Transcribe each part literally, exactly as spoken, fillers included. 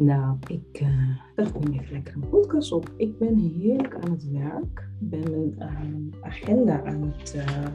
Nou, ik uh, dacht, ik neem even lekker een podcast op. Ik ben heerlijk aan het werk. Ik ben mijn uh, agenda aan het uh,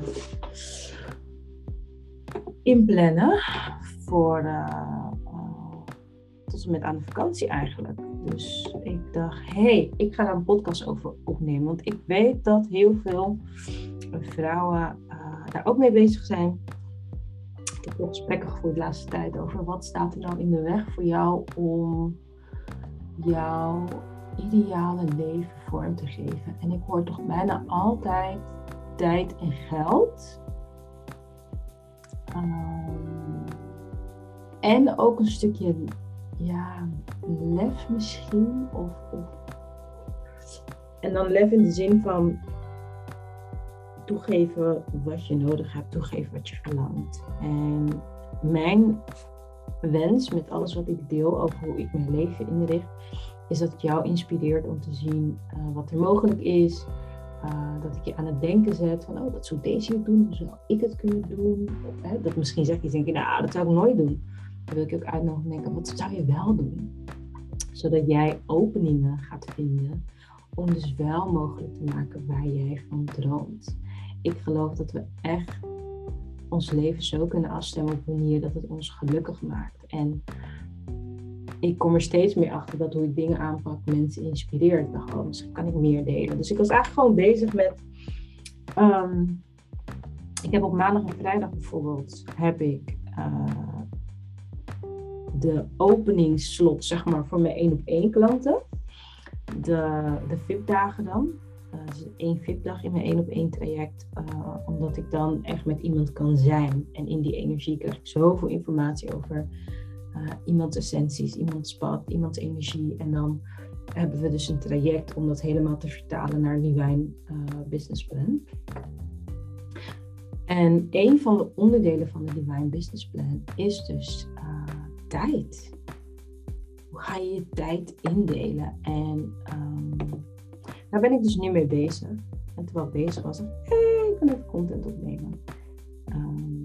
inplannen voor uh, uh, tot en met aan de vakantie eigenlijk. Dus ik dacht, hé, hey, ik ga daar een podcast over opnemen. Want ik weet dat heel veel vrouwen uh, daar ook mee bezig zijn. Ik heb veel gesprekken gevoerd de laatste tijd over wat staat er nou in de weg voor jou om jouw ideale leven vorm te geven. En ik hoor toch bijna altijd tijd en geld. Um, en ook een stukje ja, lef misschien. Of, of... En dan lef in de zin van toegeven wat je nodig hebt, toegeven wat je verlangt. En mijn wens met alles wat ik deel over hoe ik mijn leven inricht, is dat het jou inspireert om te zien uh, wat er mogelijk is. Uh, dat ik je aan het denken zet van, oh, dat zou deze het doen, zou ik het kunnen doen. Of, hè, dat misschien zeg je, denk je, nou, dat zou ik nooit doen. Dan wil ik je ook uitnodigen en denken, wat zou je wel doen? Zodat jij openingen gaat vinden om dus wel mogelijk te maken waar jij van droomt. Ik geloof dat we echt ons leven zo kunnen afstemmen op een manier dat het ons gelukkig maakt. En ik kom er steeds meer achter dat hoe ik dingen aanpak mensen inspireert. Ik dacht, oh, misschien kan ik meer delen. Dus ik was eigenlijk gewoon bezig met... Um, ik heb op maandag en vrijdag bijvoorbeeld heb ik uh, de openingsslot, zeg maar, voor mijn één op één klanten. De, de V I P-dagen dan. Uh, dus één V I P-dag in mijn één op één traject. Uh, omdat ik dan echt met iemand kan zijn. En in die energie krijg ik zoveel informatie over uh, iemands essenties, iemands pad, iemands energie. En dan hebben we dus een traject om dat helemaal te vertalen naar een Divine uh, Business Plan. En een van de onderdelen van de Divine Business Plan is dus uh, tijd. Hoe ga je je tijd indelen? En um, daar ben ik dus nu mee bezig. En terwijl ik bezig was, dacht ik, hey, ik kan even content opnemen. Um,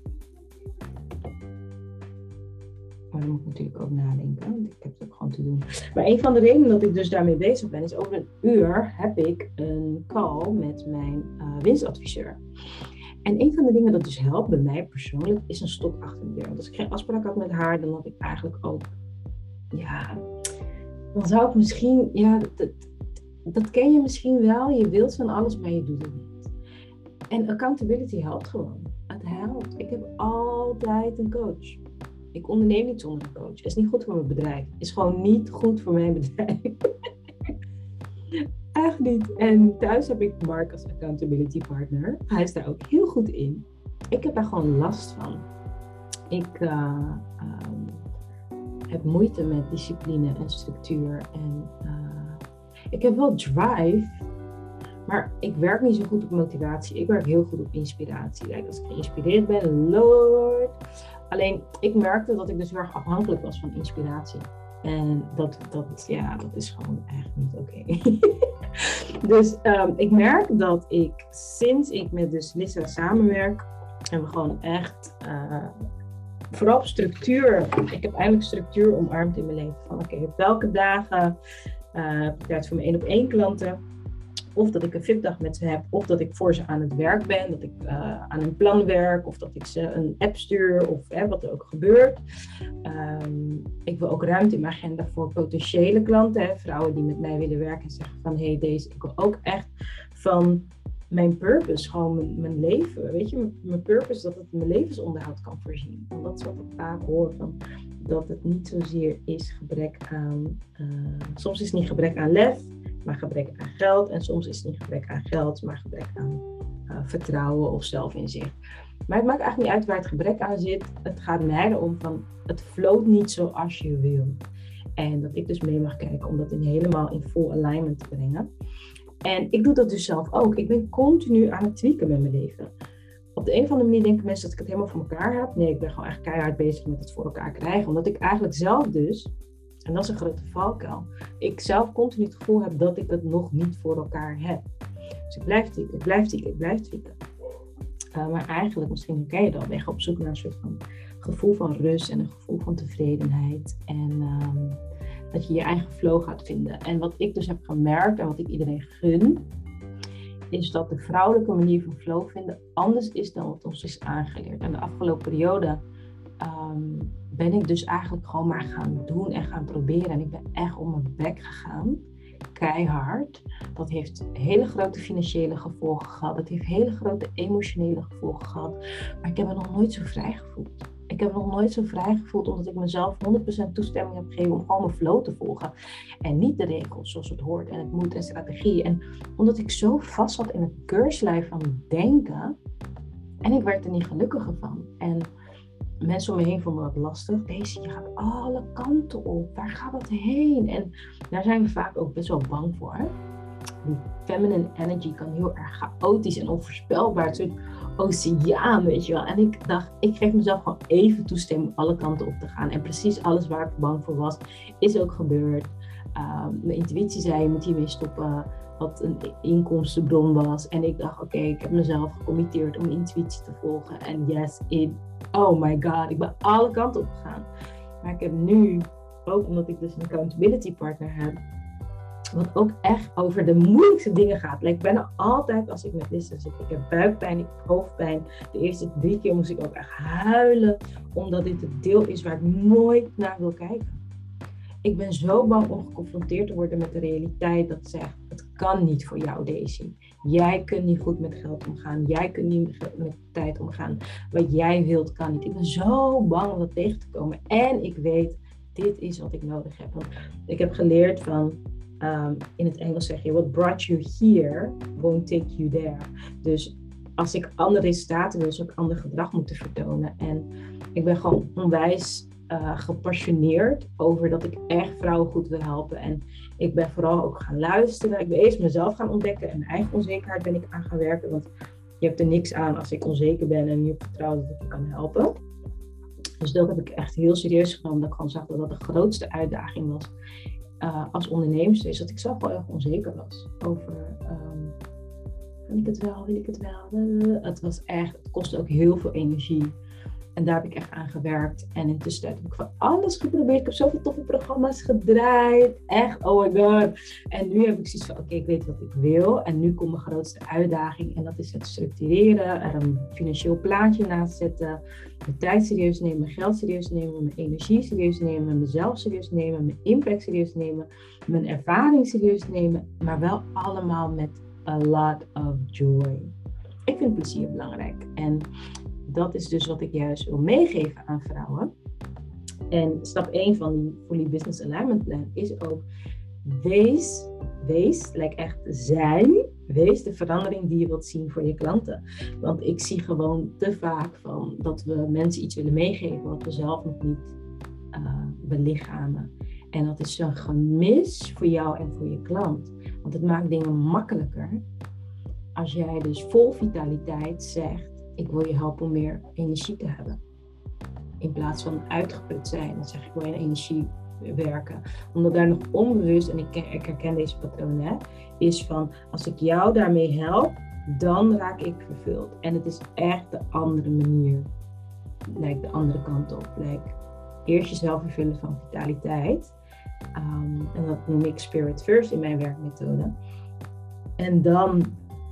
maar dan moet ik natuurlijk ook nadenken, want ik heb het ook gewoon te doen. Maar een van de redenen dat ik dus daarmee bezig ben, is over een uur heb ik een call met mijn uh, winstadviseur. En een van de dingen dat dus helpt bij mij persoonlijk, is een stok achter de deur. Want als ik geen afspraak had met haar, dan had ik eigenlijk ook, ja, dan zou ik misschien, ja, dat, dat ken je misschien wel. Je wilt van alles, maar je doet het niet. En accountability helpt gewoon. Het helpt. Ik heb altijd een coach. Ik onderneem niet zonder een coach. Het is niet goed voor mijn bedrijf. Het is gewoon niet goed voor mijn bedrijf. Echt niet. En thuis heb ik Mark als accountability partner. Hij is daar ook heel goed in. Ik heb daar gewoon last van. Ik uh, um, heb moeite met discipline en structuur. En uh, ik heb wel drive, maar ik werk niet zo goed op motivatie. Ik werk heel goed op inspiratie. Like, als ik geïnspireerd ben, lord. Alleen, ik merkte dat ik dus heel erg afhankelijk was van inspiratie. En dat, dat, ja, dat is gewoon echt niet oké. Okay. Dus um, ik merk dat ik, sinds ik met dus Lissa samenwerk, en we gewoon echt, uh, vooral op structuur, ik heb eindelijk structuur omarmd in mijn leven. Van oké, okay, op welke dagen uh, heb ik tijd voor mijn één op één klanten. Of dat ik een V I P-dag met ze heb, of dat ik voor ze aan het werk ben, dat ik uh, aan een plan werk, of dat ik ze een app stuur, of hè, wat er ook gebeurt. Um, ik wil ook ruimte in mijn agenda voor potentiële klanten, hè, vrouwen die met mij willen werken en zeggen van, hé, hey, deze, ik wil ook echt van mijn purpose, gewoon mijn, mijn leven, weet je, mijn, mijn purpose, dat het mijn levensonderhoud kan voorzien. Want dat is wat ik vaak hoor, van, dat het niet zozeer is gebrek aan, uh, soms is het niet gebrek aan lef, maar gebrek aan geld. En soms is het niet gebrek aan geld, maar gebrek aan uh, vertrouwen of zelfinzicht. Maar het maakt eigenlijk niet uit waar het gebrek aan zit. Het gaat mij erom van, het floot niet zoals je wil. En dat ik dus mee mag kijken om dat in helemaal in full alignment te brengen. En ik doe dat dus zelf ook. Ik ben continu aan het tweaken met mijn leven. Op de een of andere manier denken mensen dat ik het helemaal voor elkaar heb. Nee, ik ben gewoon echt keihard bezig met het voor elkaar krijgen. Omdat ik eigenlijk zelf dus, en dat is een grote valkuil, ik zelf continu het gevoel heb dat ik het nog niet voor elkaar heb. Dus ik blijf tweaken, ik blijf tweaken, ik blijf tweaken. Uh, maar eigenlijk, misschien herken je dat, ben je op zoek naar een soort van gevoel van rust en een gevoel van tevredenheid. En um, Dat je je eigen flow gaat vinden. En wat ik dus heb gemerkt en wat ik iedereen gun, is dat de vrouwelijke manier van flow vinden anders is dan wat ons is aangeleerd. En de afgelopen periode um, ben ik dus eigenlijk gewoon maar gaan doen en gaan proberen. En ik ben echt om mijn bek gegaan. Keihard. Dat heeft hele grote financiële gevolgen gehad. Dat heeft hele grote emotionele gevolgen gehad. Maar ik heb me nog nooit zo vrij gevoeld. Ik heb me nog nooit zo vrij gevoeld omdat ik mezelf honderd procent toestemming heb gegeven om gewoon mijn flow te volgen. En niet de regels zoals het hoort en het moet en strategie. En omdat ik zo vast zat in het keurslijf van denken. En ik werd er niet gelukkiger van. En mensen om me heen vonden dat lastig. Deze, je gaat alle kanten op. Waar gaat dat heen? En daar zijn we vaak ook best wel bang voor. Die feminine energy kan heel erg chaotisch en onvoorspelbaar. Het is een oceaan, weet je wel. En ik dacht, ik geef mezelf gewoon even toestemming om alle kanten op te gaan. En precies alles waar ik bang voor was, is ook gebeurd. Um, mijn intuïtie zei, je moet hiermee stoppen. Wat een inkomstenbron was. En ik dacht, oké, okay, ik heb mezelf gecommitteerd om mijn intuïtie te volgen. En yes, it, oh my god, ik ben alle kanten op gegaan. Maar ik heb nu, ook omdat ik dus een accountability partner heb, wat ook echt over de moeilijkste dingen gaat. Like, ik ben er altijd, als ik met Lisa zit, ik heb buikpijn, ik heb hoofdpijn. De eerste drie keer moest ik ook echt huilen, omdat dit het deel is waar ik nooit naar wil kijken. Ik ben zo bang om geconfronteerd te worden met de realiteit dat zegt, het kan niet voor jou, Daisy. Jij kunt niet goed met geld omgaan. Jij kunt niet met tijd omgaan. Wat jij wilt, kan niet. Ik ben zo bang om dat tegen te komen. En ik weet, dit is wat ik nodig heb. Want ik heb geleerd van, um, in het Engels zeg je, what brought you here won't take you there. Dus als ik andere resultaten wil, zou ik ander gedrag moeten vertonen. En ik ben gewoon onwijs Uh, gepassioneerd over dat ik echt vrouwen goed wil helpen. En ik ben vooral ook gaan luisteren. Ik ben eerst mezelf gaan ontdekken en mijn eigen onzekerheid ben ik aan gaan werken. Want je hebt er niks aan als ik onzeker ben en niet op vertrouwen dat ik je kan helpen. Dus dat heb ik echt heel serieus genomen. Dat ik gewoon zag dat dat de grootste uitdaging was uh, als ondernemer. Is dat ik zelf wel erg onzeker was over um, kan ik het wel, wil ik het wel. Het was echt, het kostte ook heel veel energie. En daar heb ik echt aan gewerkt. En in de tussentijd heb ik van alles geprobeerd. Ik heb zoveel toffe programma's gedraaid. Echt, oh my god. En nu heb ik zoiets van, oké, okay, ik weet wat ik wil. En nu komt mijn grootste uitdaging. En dat is het structureren. Er een financieel plaatje naast zetten. Mijn tijd serieus nemen. Mijn geld serieus nemen. Mijn energie serieus nemen. Mezelf serieus nemen. Mijn impact serieus nemen. Mijn ervaring serieus nemen. Maar wel allemaal met a lot of joy. Ik vind plezier belangrijk. En dat is dus wat ik juist wil meegeven aan vrouwen. En stap één van die Fully Business Alignment Plan is ook, wees, wees, like echt zijn, wees de verandering die je wilt zien voor je klanten. Want ik zie gewoon te vaak van dat we mensen iets willen meegeven wat we zelf nog niet uh, belichamen. En dat is zo'n gemis voor jou en voor je klant. Want het maakt dingen makkelijker als jij dus vol vitaliteit zegt, ik wil je helpen om meer energie te hebben. In plaats van uitgeput zijn. Dan zeg ik, wil je in energie werken. Omdat daar nog onbewust, en ik, ken, ik herken deze patronen, hè, is van, als ik jou daarmee help, dan raak ik vervuld. En het is echt de andere manier. Like de andere kant op. Like, eerst jezelf vervullen van vitaliteit. Um, en dat noem ik Spirit First in mijn werkmethode. En dan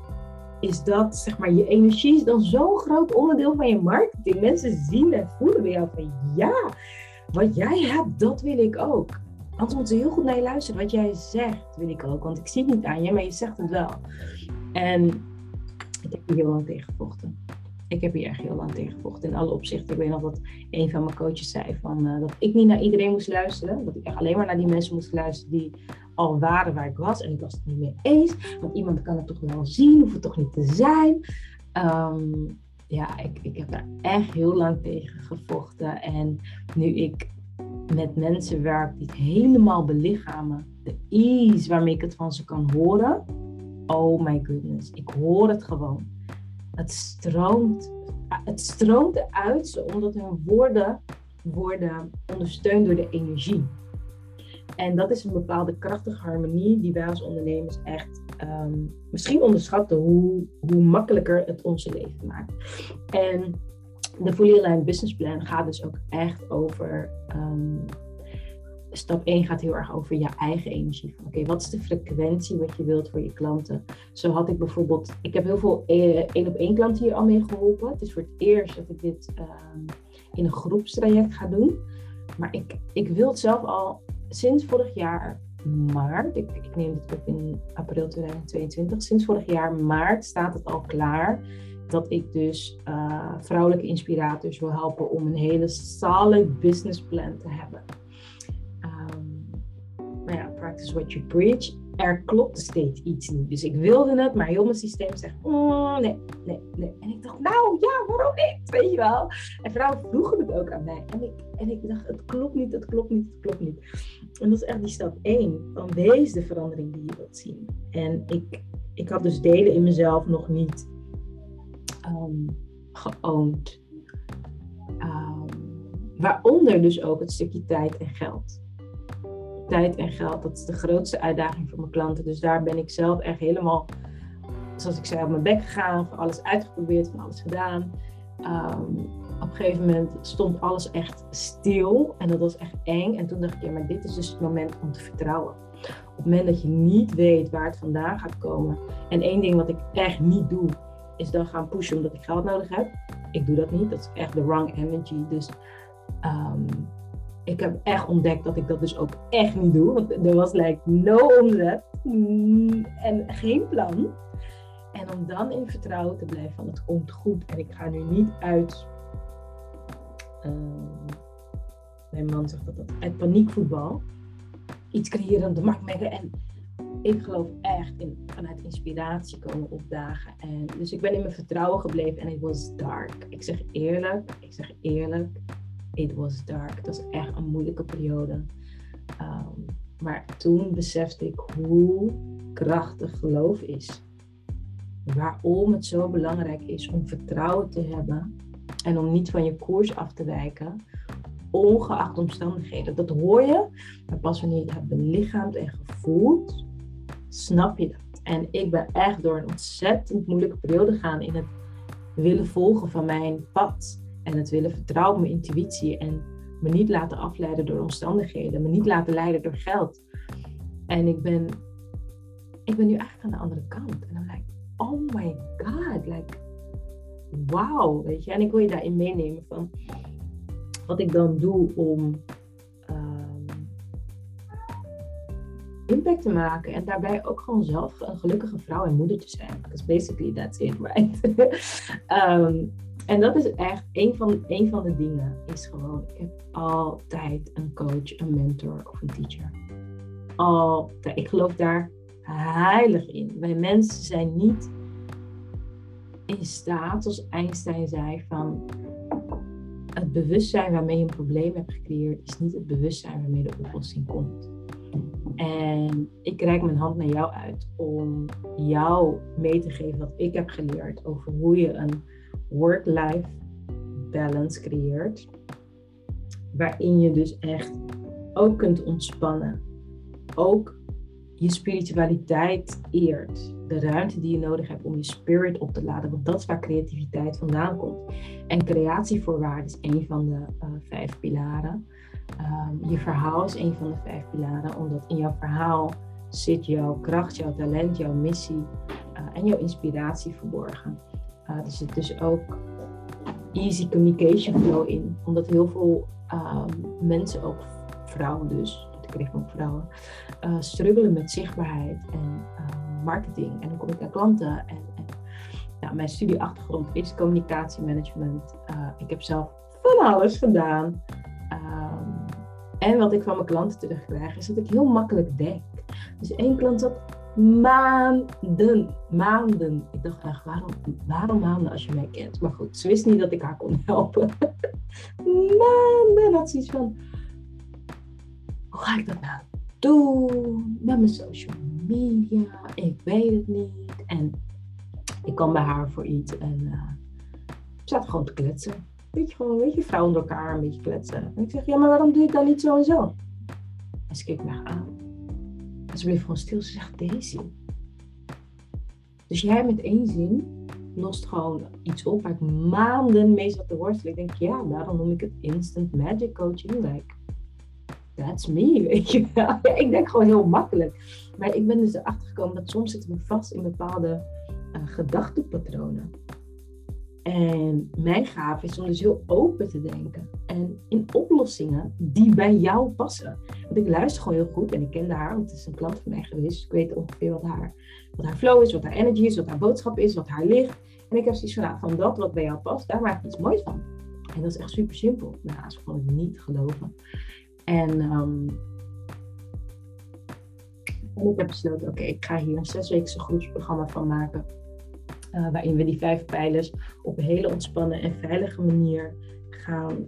is dat, zeg maar, je energie is dan zo'n groot onderdeel van je marketing. Mensen zien en voelen bij jou van, ja, wat jij hebt, dat wil ik ook. Anders moeten ze heel goed naar je luisteren. Wat jij zegt, wil ik ook. Want ik zie het niet aan je, maar je zegt het wel. En ik heb hier heel lang tegen gevochten. Ik heb hier echt heel lang tegen gevochten in alle opzichten. Ik weet nog dat een van mijn coaches zei van, uh, dat ik niet naar iedereen moest luisteren. Dat ik echt alleen maar naar die mensen moest luisteren die al waren waar ik was. En ik was het niet mee eens. Want iemand kan het toch wel zien, hoeft het toch niet te zijn. Um, ja, ik, ik heb daar echt heel lang tegen gevochten. En nu ik met mensen werk die het helemaal belichamen. De ease waarmee ik het van ze kan horen. Oh my goodness, ik hoor het gewoon. Het stroomt, het stroomt eruit omdat hun woorden worden ondersteund door de energie. En dat is een bepaalde krachtige harmonie die wij als ondernemers echt um, misschien onderschatten hoe, hoe makkelijker het onze leven maakt. En de Fully Aligned Business Plan gaat dus ook echt over um, stap één gaat heel erg over je eigen energie. Oké, okay, wat is de frequentie wat je wilt voor je klanten? Zo had ik bijvoorbeeld, ik heb heel veel één op één klanten hier al mee geholpen. Het is voor het eerst dat ik dit uh, in een groepstraject ga doen. Maar ik, ik wil het zelf al sinds vorig jaar maart, ik, ik neem dit op in april tweeduizend tweeëntwintig, sinds vorig jaar maart staat het al klaar dat ik dus uh, vrouwelijke inspirators wil helpen om een hele solid business plan te hebben. Um, maar ja, practice what you preach. Er klopt steeds iets niet. Dus ik wilde het, maar heel mijn systeem zegt, oh, nee, nee, nee. En ik dacht, nou ja, waarom niet? Weet je wel? En vrouwen vroegen het ook aan mij. En ik, en ik dacht, het klopt niet, het klopt niet, het klopt niet. En dat is echt die stap één. Van wees de verandering die je wilt zien. En ik, ik had dus delen in mezelf nog niet um, geowned. Um, waaronder dus ook het stukje tijd en geld. Tijd en geld, dat is de grootste uitdaging voor mijn klanten. Dus daar ben ik zelf echt helemaal, zoals ik zei, op mijn bek gegaan. Van alles uitgeprobeerd, van alles gedaan. Um, op een gegeven moment stond alles echt stil. En dat was echt eng. En toen dacht ik, ja, maar dit is dus het moment om te vertrouwen. Op het moment dat je niet weet waar het vandaan gaat komen. En één ding wat ik echt niet doe, is dan gaan pushen omdat ik geld nodig heb. Ik doe dat niet. Dat is echt de wrong energy. Dus um, ik heb echt ontdekt dat ik dat dus ook echt niet doe. Want er was like no omzet en geen plan. En om dan in vertrouwen te blijven van het komt goed. En ik ga nu niet uit... Um, mijn man zegt dat dat uit paniekvoetbal. Iets creëren op de markt maken. En ik geloof echt in vanuit inspiratie komen opdagen. En dus ik ben in mijn vertrouwen gebleven en het was dark. Ik zeg eerlijk, ik zeg eerlijk. It was dark. Het was echt een moeilijke periode. Um, maar toen besefte ik hoe krachtig geloof is. Waarom het zo belangrijk is om vertrouwen te hebben. En om niet van je koers af te wijken. Ongeacht omstandigheden. Dat hoor je. Maar pas wanneer je het hebt belichaamd en gevoeld. Snap je dat. En ik ben echt door een ontzettend moeilijke periode gegaan. In het willen volgen van mijn pad. En het willen vertrouwen op mijn intuïtie. En me niet laten afleiden door omstandigheden. Me niet laten leiden door geld. En ik ben... Ik ben nu eigenlijk aan de andere kant. En dan like, oh my god. Like, wauw. Weet je. En ik wil je daarin meenemen van... Wat ik dan doe om... Um, impact te maken. En daarbij ook gewoon zelf een gelukkige vrouw en moeder te zijn. Because basically that's it, right? um, En dat is echt een van, een van de dingen. Is gewoon, ik heb altijd een coach, een mentor of een teacher. Altijd. Ik geloof daar heilig in. Wij mensen zijn niet in staat, zoals Einstein zei, van het bewustzijn waarmee je een probleem hebt gecreëerd, is niet het bewustzijn waarmee de oplossing komt. En ik reik mijn hand naar jou uit om jou mee te geven wat ik heb geleerd over hoe je een work-life balance creëert. Waarin je dus echt ook kunt ontspannen. Ook je spiritualiteit eert. De ruimte die je nodig hebt om je spirit op te laden. Want dat is waar creativiteit vandaan komt. En creatievoorwaarde is een van de uh, vijf pilaren. Um, je verhaal is een van de vijf pilaren. Omdat in jouw verhaal zit jouw kracht, jouw talent, jouw missie uh, en jouw inspiratie verborgen. Uh, er zit dus ook easy communication flow in. Omdat heel veel um, mensen, ook vrouwen dus, ik richt me op vrouwen, uh, struggelen met zichtbaarheid en uh, marketing. En dan kom ik naar klanten. En, en nou, mijn studieachtergrond is communicatiemanagement. Uh, ik heb zelf van alles gedaan. Um, en wat ik van mijn klanten terugkrijg is dat ik heel makkelijk denk. Dus één klant zat maanden, maanden. Ik dacht echt, waarom, waarom maanden als je mij kent? Maar goed, ze wist niet dat ik haar kon helpen. Maanden had ze iets van, hoe ga ik dat nou doen? Met mijn social media, ik weet het niet. En ik kwam bij haar voor iets en uh, we zaten gewoon te kletsen. Weet je, gewoon, weet je, vrouwen onder elkaar een beetje kletsen. En ik zeg, ja, maar waarom doe je het dan niet zo en zo? En ze keek me aan. En ze bleef gewoon stil. Ze zegt, Daisy. Dus jij met één zin lost gewoon iets op waar ik maanden mee zat te worstelen. Ik denk, ja, daarom noem ik het instant magic coaching. Like, that's me, weet je wel. Ja, ik denk gewoon heel makkelijk. Maar ik ben dus erachter gekomen dat soms zitten we vast in bepaalde uh, gedachtenpatronen. En mijn gave is om dus heel open te denken. En in oplossingen die bij jou passen. Want ik luister gewoon heel goed en ik kende haar, want het is een klant van mij geweest. Dus ik weet ongeveer wat haar, wat haar flow is, wat haar energy is, wat haar boodschap is, wat haar ligt. En ik heb zoiets van, nou, van dat wat bij jou past, daar maak ik iets moois van. En dat is echt super simpel. Nou, ze kon het niet geloven. En, um, en ik heb besloten, oké, okay, ik ga hier een zesweekse groepsprogramma van maken. Uh, waarin we die vijf pijlers op een hele ontspannen en veilige manier gaan.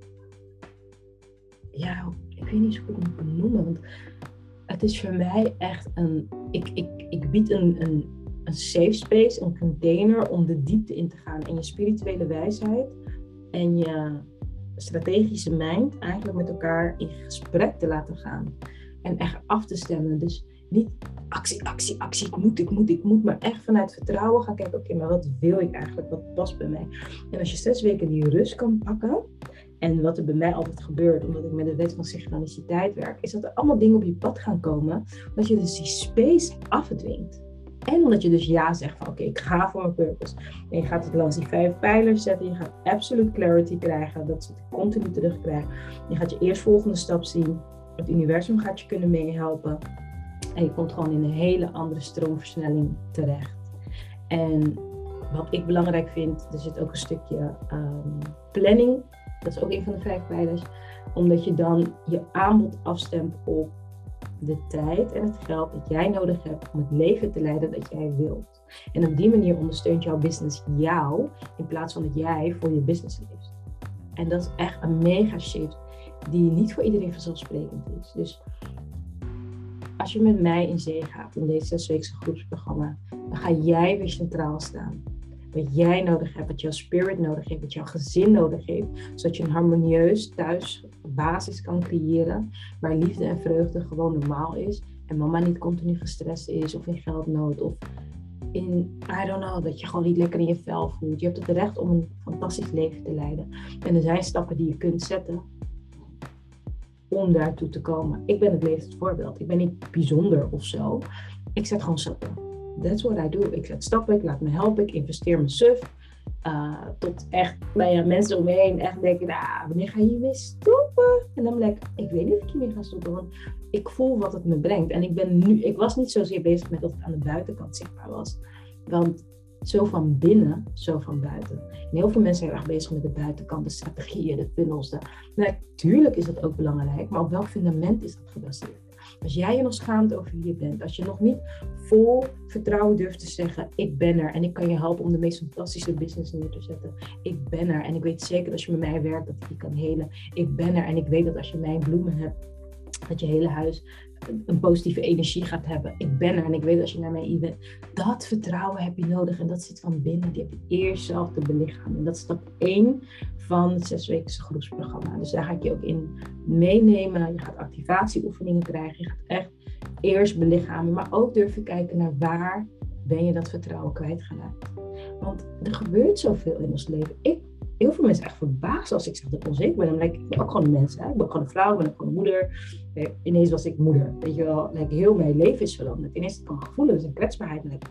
Ja, ik weet niet zo goed hoe ik het noemen. Want het is voor mij echt een. Ik, ik, ik bied een, een, een safe space, een container om de diepte in te gaan. En je spirituele wijsheid en je strategische mind eigenlijk met elkaar in gesprek te laten gaan. En echt af te stemmen. Dus niet actie, actie, actie, ik moet, ik moet, ik moet. Maar echt vanuit vertrouwen gaan kijken, oké, okay, maar wat wil ik eigenlijk? Wat past bij mij? En als je zes weken die rust kan pakken. En wat er bij mij altijd gebeurt, omdat ik met de wet van synchroniciteit werk, is dat er allemaal dingen op je pad gaan komen. Omdat je dus die space afdwingt. En omdat je dus ja zegt van, oké, okay, ik ga voor mijn purpose. En je gaat het langs die vijf pijlers zetten. Je gaat absolute clarity krijgen. Dat ze het continu terugkrijgen. Je gaat je eerstvolgende stap zien. Het universum gaat je kunnen meehelpen. En je komt gewoon in een hele andere stroomversnelling terecht. En wat ik belangrijk vind, er zit ook een stukje um, planning. Dat is ook een van de vijf pijlers. Omdat je dan je aanbod afstemt op de tijd en het geld dat jij nodig hebt om het leven te leiden dat jij wilt. En op die manier ondersteunt jouw business jou in plaats van dat jij voor je business leeft. En dat is echt een mega shift die niet voor iedereen vanzelfsprekend is. Dus als je met mij in zee gaat in deze zesweekse groepsprogramma, dan ga jij weer centraal staan. Wat jij nodig hebt, wat jouw spirit nodig heeft, wat jouw gezin nodig heeft. Zodat je een harmonieus thuis basis kan creëren. Waar liefde en vreugde gewoon normaal is. En mama niet continu gestrest is of in geldnood. Of in, I don't know, dat je gewoon niet lekker in je vel voelt. Je hebt het recht om een fantastisch leven te leiden. En er zijn stappen die je kunt zetten om daartoe te komen. Ik ben het levend voorbeeld. Ik ben niet bijzonder of zo. Ik zet gewoon stappen. That's what I do. Ik zet stappen, ik laat me helpen, ik investeer mijn suf. Uh, tot echt, nou ja, mensen om me heen echt denken, nou, wanneer ga je hiermee stoppen? En dan ben ik, ik weet niet of ik hiermee ga stoppen, want ik voel wat het me brengt. En ik ben nu, ik was niet zozeer bezig met dat het aan de buitenkant zichtbaar was. Want zo van binnen, zo van buiten. En heel veel mensen zijn erg bezig met de buitenkant, de strategieën, de funnels. De... Natuurlijk is dat ook belangrijk, maar op welk fundament is dat gebaseerd? Als jij je nog schaamt over wie je bent, als je nog niet vol vertrouwen durft te zeggen, ik ben er en ik kan je helpen om de meest fantastische business neer te zetten. Ik ben er en ik weet zeker dat als je met mij werkt dat ik je kan helen. Ik ben er en ik weet dat als je mijn bloemen hebt, dat je hele huis een positieve energie gaat hebben. Ik ben er en ik weet dat als je naar mij bent. Dat vertrouwen heb je nodig en dat zit van binnen. Die heb je eerst zelf te belichamen. En dat is stap één van het zesweekse groepsprogramma. Dus daar ga ik je ook in meenemen. Je gaat activatieoefeningen krijgen. Je gaat echt eerst belichamen. Maar ook durven kijken naar waar ben je dat vertrouwen kwijtgeraakt. Want er gebeurt zoveel in ons leven. Ik Heel veel mensen echt verbaasd als ik zeg dat ik onzeker ben. Dan lijk ik ben ook gewoon een mens. Hè? Ik ben ook gewoon een vrouw, ik ben ook gewoon een moeder. Nee, ineens was ik moeder. Weet je wel, like, heel mijn leven is veranderd. Ineens heb ik een gevoelens en kwetsbaarheid. En like,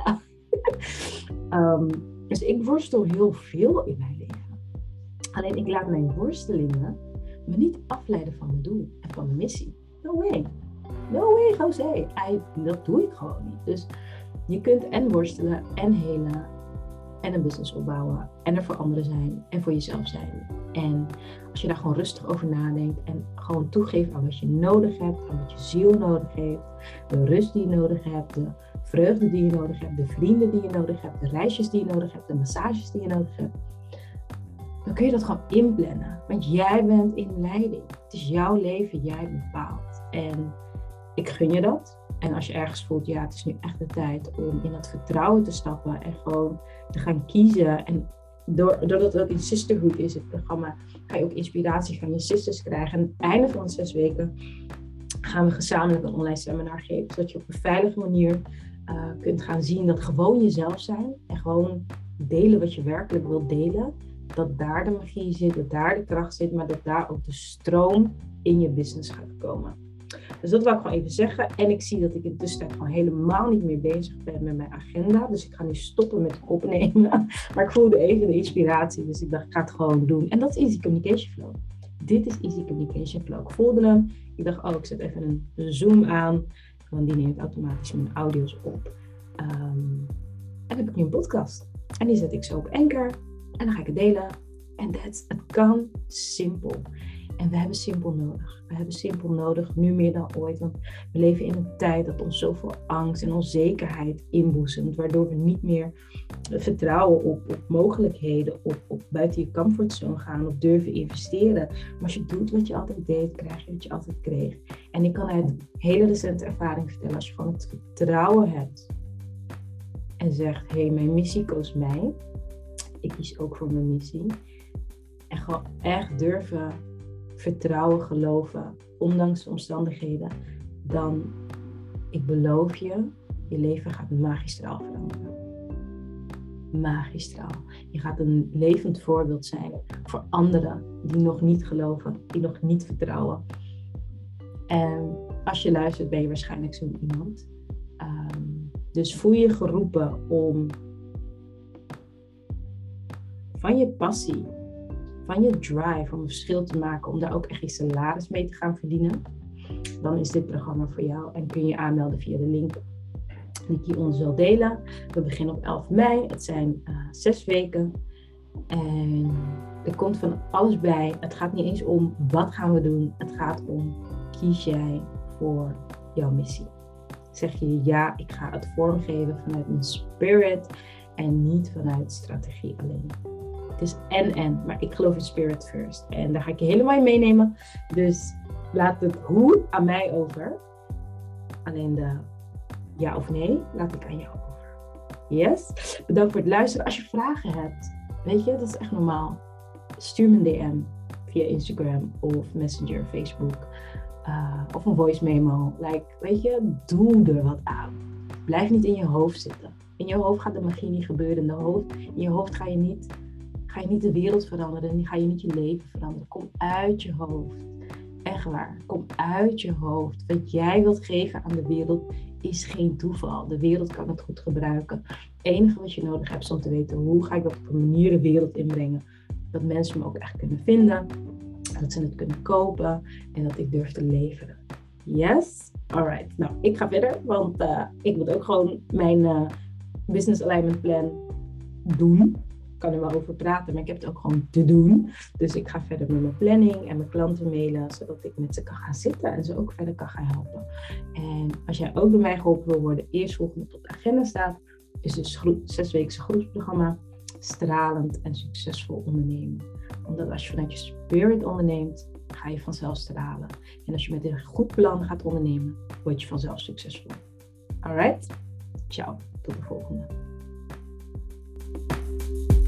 um, dus ik worstel heel veel in mijn leven. Alleen ik laat mijn worstelingen me niet afleiden van mijn doel en van mijn missie. No way. No way, José. Dat doe ik gewoon niet. Dus je kunt en worstelen en helen. En een business opbouwen. En er voor anderen zijn. En voor jezelf zijn. En als je daar gewoon rustig over nadenkt. En gewoon toegeeft aan wat je nodig hebt. Aan wat je ziel nodig heeft. De rust die je nodig hebt. De vreugde die je nodig hebt. De vrienden die je nodig hebt. De reisjes die je nodig hebt. De massages die je nodig hebt. Dan kun je dat gewoon inplannen. Want jij bent in leiding. Het is jouw leven. Jij bepaalt. En ik gun je dat. En als je ergens voelt, ja, het is nu echt de tijd om in dat vertrouwen te stappen en gewoon te gaan kiezen. En doordat het ook in Sisterhood is, het programma, ga je ook inspiratie van je sisters krijgen. En aan het einde van de zes weken gaan we gezamenlijk een online seminar geven. Zodat je op een veilige manier uh, kunt gaan zien dat gewoon jezelf zijn en gewoon delen wat je werkelijk wilt delen, dat daar de magie zit, dat daar de kracht zit, maar dat daar ook de stroom in je business gaat komen. Dus dat wil ik gewoon even zeggen. En ik zie dat ik in de tussentijd gewoon helemaal niet meer bezig ben met mijn agenda. Dus ik ga nu stoppen met opnemen. Maar ik voelde even de inspiratie, dus ik dacht ik ga het gewoon doen. En dat is Easy Communication Flow. Dit is Easy Communication Flow. Ik voelde hem. Ik dacht, oh, ik zet even een, een Zoom aan. Want die neemt automatisch mijn audio's op. Um, en dan heb ik nu een podcast. En die zet ik zo op Anchor. En dan ga ik het delen. En that's, het kan simpel. En we hebben simpel nodig. We hebben simpel nodig, nu meer dan ooit. Want we leven in een tijd dat ons zoveel angst en onzekerheid inboezemt. Waardoor we niet meer vertrouwen op, op mogelijkheden, op, op buiten je comfortzone gaan, op durven investeren. Maar als je doet wat je altijd deed, krijg je wat je altijd kreeg. En ik kan uit hele recente ervaring vertellen, als je gewoon het vertrouwen hebt en zegt, hé, hey, mijn missie koos mij. Ik kies ook voor mijn missie. En gewoon echt durven vertrouwen, geloven, ondanks de omstandigheden, dan, ik beloof je, je leven gaat magistraal veranderen. Magistraal. Je gaat een levend voorbeeld zijn voor anderen die nog niet geloven, die nog niet vertrouwen. En als je luistert, ben je waarschijnlijk zo'n iemand. Um, dus voel je geroepen om van je passie, van je drive om een verschil te maken, om daar ook echt je salaris mee te gaan verdienen, dan is dit programma voor jou en kun je je aanmelden via de link die ik hieronder zal delen. We beginnen op elf mei. Het zijn uh, zes weken en er komt van alles bij. Het gaat niet eens om wat gaan we doen. Het gaat om, kies jij voor jouw missie? Zeg je ja, ik ga het vormgeven vanuit mijn spirit en niet vanuit strategie alleen. Het is en-en, maar ik geloof in spirit first. En daar ga ik je helemaal in meenemen. Dus laat het hoe aan mij over. Alleen de ja of nee laat ik aan jou over. Yes? Bedankt voor het luisteren. Als je vragen hebt, weet je, dat is echt normaal. Stuur me een D M via Instagram of Messenger, Facebook. Uh, of een voice memo. Like, weet je, doe er wat aan. Blijf niet in je hoofd zitten. In je hoofd gaat de magie niet gebeuren. In, de hoofd, in je hoofd ga je niet... Ga je niet de wereld veranderen, ga je niet je leven veranderen. Kom uit je hoofd. Echt waar. Kom uit je hoofd. Wat jij wilt geven aan de wereld is geen toeval. De wereld kan het goed gebruiken. Het enige wat je nodig hebt is om te weten hoe ga ik dat op een manier de wereld inbrengen. Dat mensen me ook echt kunnen vinden. Dat ze het kunnen kopen. En dat ik durf te leveren. Yes? Alright. Nou, ik ga verder. Want uh, ik moet ook gewoon mijn uh, Business Alignment Plan doen. Ik kan er wel over praten, maar ik heb het ook gewoon te doen. Dus ik ga verder met mijn planning en mijn klanten mailen, zodat ik met ze kan gaan zitten en ze ook verder kan gaan helpen. En als jij ook door mij geholpen wil worden, eerst volgende op de agenda staat, is dus groep, zesweekse groepsprogramma, stralend en succesvol ondernemen. Omdat als je vanuit je spirit onderneemt, ga je vanzelf stralen. En als je met een goed plan gaat ondernemen, word je vanzelf succesvol. Alright? Ciao, tot de volgende.